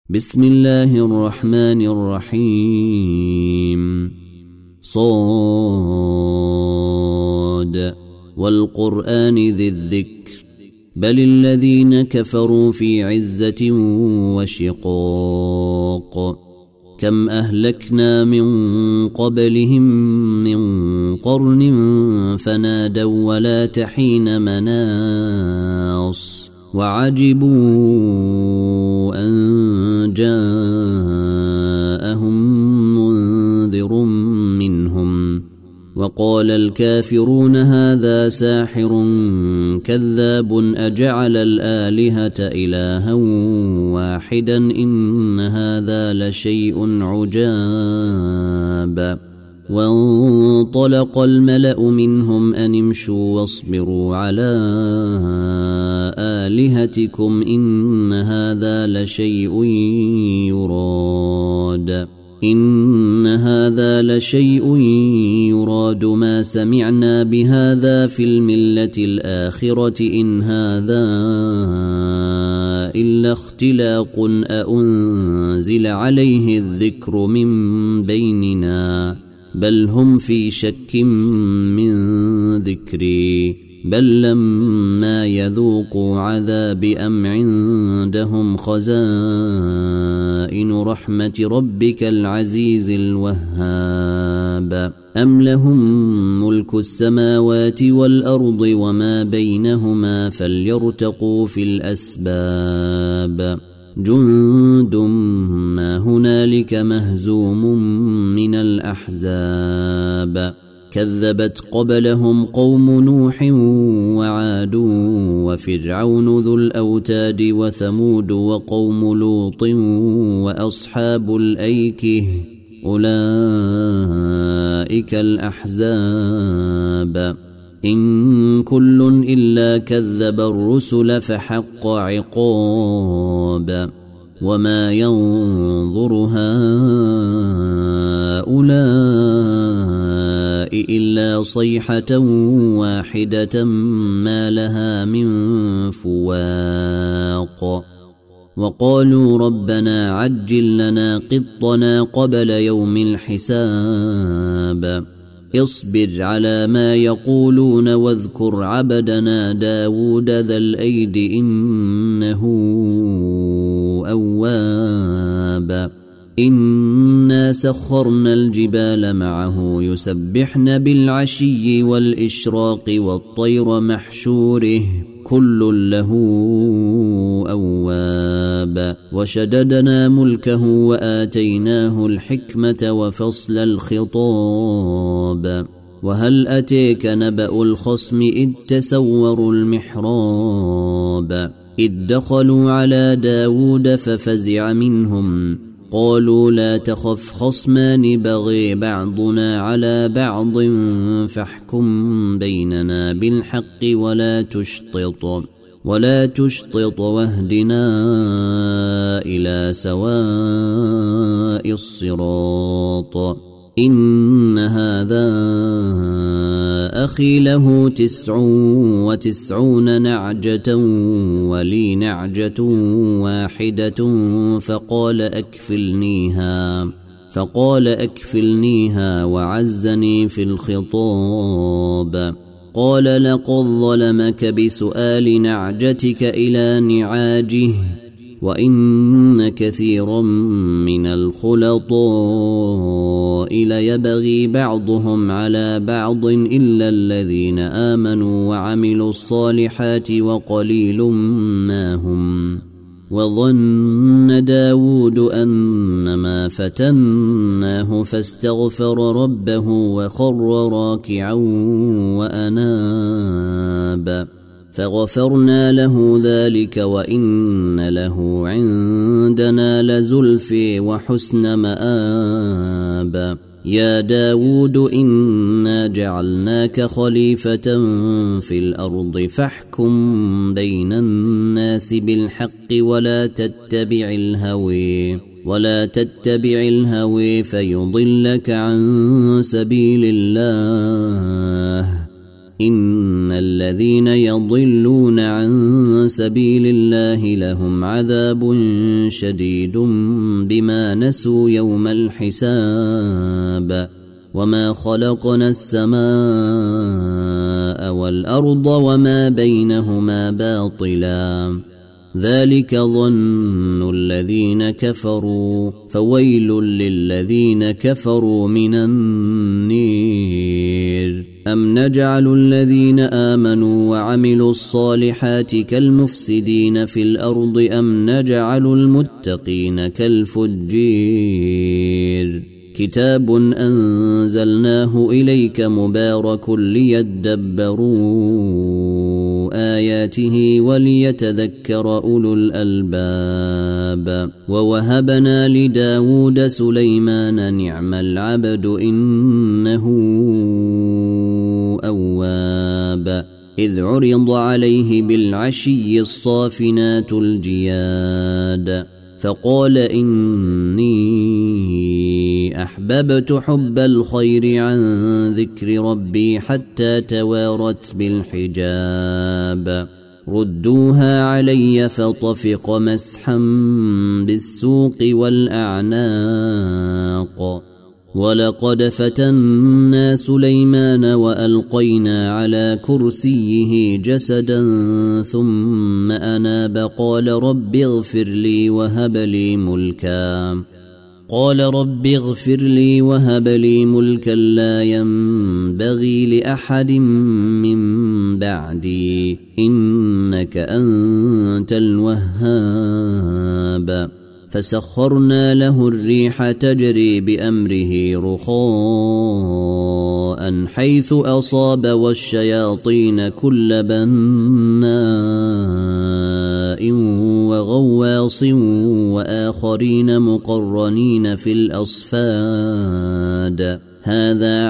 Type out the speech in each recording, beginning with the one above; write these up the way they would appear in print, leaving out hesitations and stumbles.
بسم الله الرحمن الرحيم صاد والقرآن ذي الذكر بل الذين كفروا في عزة وشقاق كم أهلكنا من قبلهم من قرن فنادوا ولا تحين مناص وعجبوا أن جاءهم منذر منهم وقال الكافرون هذا ساحر كذاب أجعل الآلهة إلها واحدا إن هذا لشيء عجاب وانطلق الملأ منهم أن امشوا واصبروا على آلهتكم إن هذا لشيء يراد ما سمعنا بهذا في الملة الآخرة إن هذا إلا اختلاق أأنزل عليه الذكر من بيننا بل هم في شك من ذكري بل لما يذوقوا عذاب أم عندهم خزائن رحمة ربك العزيز الوهاب أم لهم ملك السماوات والأرض وما بينهما فليرتقوا في الأسباب جند ما هنالك مهزوم من الأحزاب كذبت قبلهم قوم نوح وعاد وفرعون ذو الأوتاد وثمود وقوم لوط وأصحاب الأيكة أولئك الأحزاب إن كل إلا كذب الرسل فحق عقاب وما ينظر هؤلاء إلا صيحة واحدة ما لها من فواق وقالوا ربنا عجل لنا قطنا قبل يوم الحساب اصبر على ما يقولون واذكر عبدنا داود ذا الأيد إنه أواب إنا سخرنا الجبال معه يسبحن بالعشي والإشراق والطير محشوره كل له أواب وشددنا ملكه وآتيناه الحكمة وفصل الخطاب وهل أتيك نبأ الخصم إذ تسوروا المحراب إذ دخلوا على داود ففزع منهم قالوا لا تخف خصمان بغي بعضنا على بعض فاحكم بيننا بالحق ولا تشطط واهدنا إلى سواء الصراط إن هذا أخي له 99 نعجة ولي نعجة واحدة فقال أكفلنيها وعزني في الخطاب قال لقد ظلمك بسؤال نعجتك إلى نعاجه وإن كثيرا من الخلطاء ليبغي بعضهم على بعض إلا الذين آمنوا وعملوا الصالحات وقليل ما هم وظن داود أنما فتناه فاستغفر ربه وخر راكعا وأناب فغفرنا له ذلك وإن له عندنا لزلفي وحسن مآب يا داود إنا جعلناك خليفة في الأرض فاحكم بين الناس بالحق ولا تتبع الهوى فيضلك عن سبيل الله إن الذين يضلون عن سبيل الله لهم عذاب شديد بما نسوا يوم الحساب وما خلقنا السماء والأرض وما بينهما باطلا ذلك ظن الذين كفروا فويل للذين كفروا من النير أم نجعل الذين آمنوا وعملوا الصالحات كالمفسدين في الأرض أم نجعل المتقين كالفجير كتاب أنزلناه إليك مبارك ليدبروا آياته وليتذكر أولو الألباب ووهبنا لداود سليمان نعم العبد إنه أواب إذ عرض عليه بالعشي الصافنات الجياد فقال إني أحببت حب الخير عن ذكر ربي حتى توارت بالحجاب ردوها علي فطفق مسحا بالسوق والأعناق ولقد فتنا سليمان وألقينا على كرسيه جسدا ثم أناب قال رب اغفر لي وهب لي ملكا لا ينبغي لأحد من بعدي إنك أنت الوهاب فسخرنا له الريح تجري بأمره رخاء حيث أصاب والشياطين كل بناء وغواص وآخرين مقرنين في الأصفاد هذا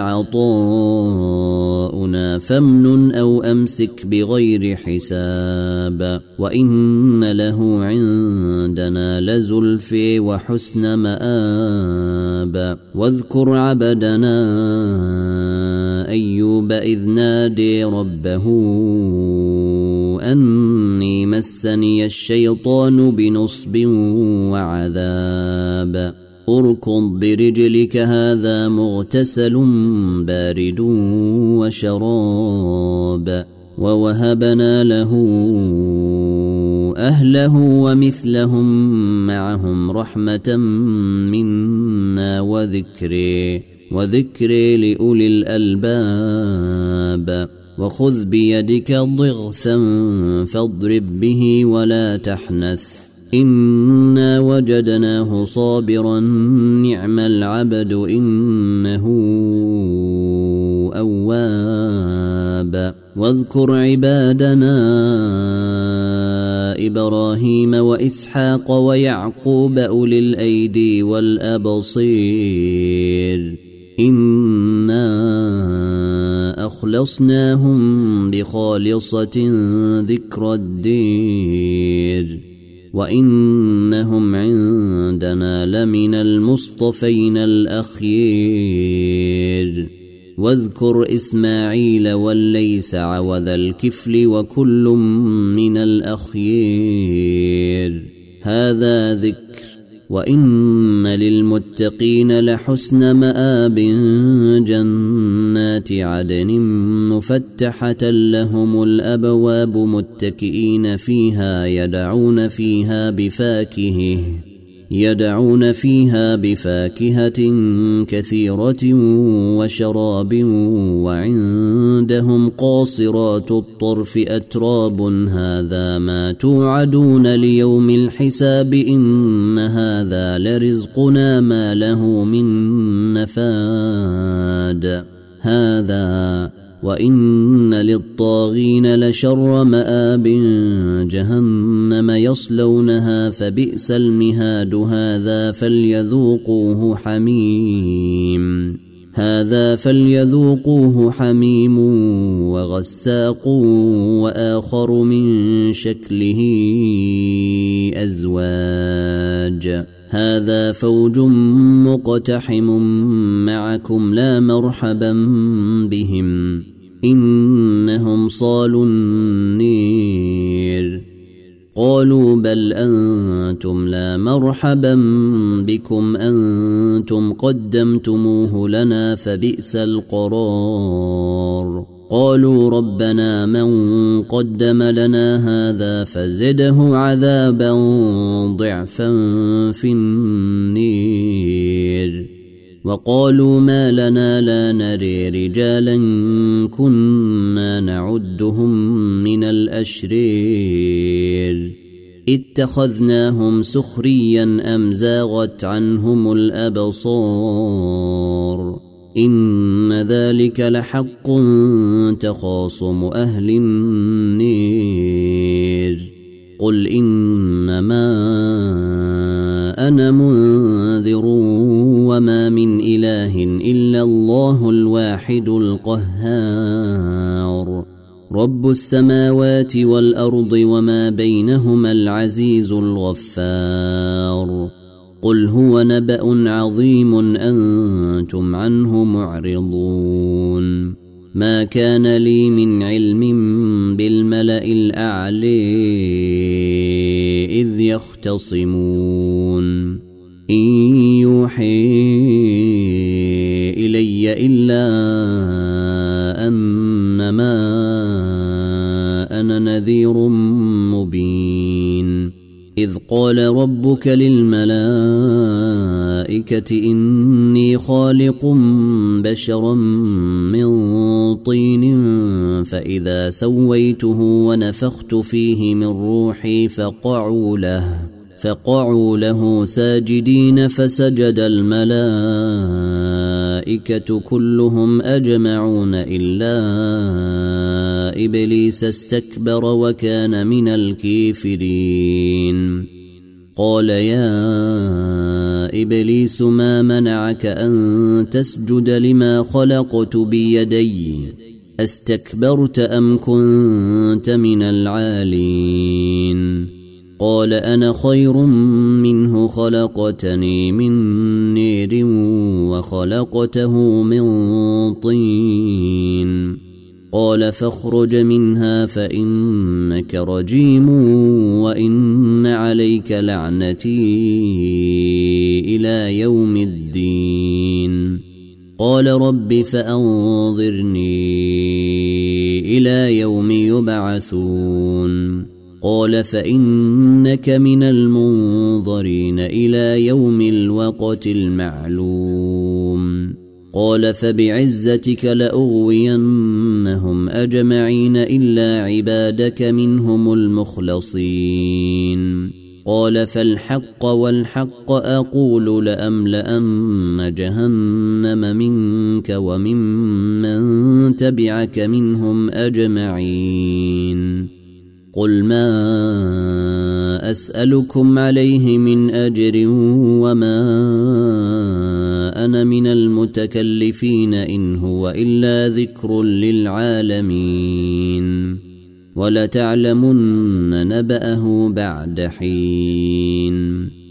عطاؤنا فامنن أو أمسك بغير حساب وإن له عندنا لزلفى وحسن مآب واذكر عبدنا أيوب إذ نادي ربه أني مسني الشيطان بنصب وعذاب اركض برجلك هذا مغتسل بارد وشراب ووهبنا له أهله ومثلهم معهم رحمة منا وذكري لأولي الألباب وخذ بيدك ضغثا فاضرب به ولا تحنث إنا وجدناه صابرا نعم العبد إنه أواب واذكر عبادنا إبراهيم وإسحاق ويعقوب أولي الأيدي والأبصير إنا أخلصناهم بخالصة ذكر الدير وإنهم عندنا لمن المصطفين الأخير واذكر إسماعيل واليسع وذا الكفل وكل من الأخير هذا ذكر وإن للمتقين لحسن مآب جنات عدن مفتحة لهم الأبواب متكئين فيها يدعون فيها بفاكهة كثيرة وشراب وعندهم قاصرات الطرف أتراب هذا ما توعدون ليوم الحساب إن هذا لرزقنا ما له من نفاد هذا وإن للطاغين لشر مآب جهنم يصلونها فبئس المهاد هذا فليذوقوه حميم وغساق وآخر من شكله أزواج هذا فوج مقتحم معكم لا مرحبا بهم إنهم صالوا النير. قالوا بل أنتم لا مرحبا بكم أنتم قدمتموه لنا فبئس القرار. قالوا ربنا من قدم لنا هذا فزده عذابا ضعفا في النير. وقالوا ما لنا لا نري رجالا كنا نعدهم من الأشرير اتخذناهم سخريا أم زاغت عنهم الأبصار إن ذلك لحق تخاصم أهل النير. قل إنما أنا منذر وما من إله إلا الله الواحد القهار رب السماوات والأرض وما بينهما العزيز الغفار. قل هو نبأ عظيم أنتم عنه معرضون. ما كان لي من علم بالملأ الأعلى إذ يختصمون إن يوحي إلي إلا أنما أنا نذير مبين. إذ قال ربك للملائكة إني خالق بشرا من طين فإذا سويته ونفخت فيه من روحي فقعوا له ساجدين فسجد الملائكة كلهم أجمعون إلا إبليس استكبر وكان من الكافرين. قال يا إبليس ما منعك أن تسجد لما خلقت بيدي استكبرت أم كنت من العالين؟ قال أنا خير منه خلقتني من نير وخلقته من طين. قال فاخرج منها فإنك رجيم وإن عليك لعنتي إلى يوم الدين. قال رب فأنظرني إلى يوم يبعثون. قال فإنك من المنظرين إلى يوم الوقت المعلوم. قال فبعزتك لأغوينهم أجمعين إلا عبادك منهم المخلصين. قال فالحق والحق أقول لأملأن جهنم منك وممن تبعك منهم أجمعين. قل ما أسألكم عليه من أجر وما أنا من المتكلفين إن هو إلا ذكر للعالمين ولتعلمن نبأه بعد حين.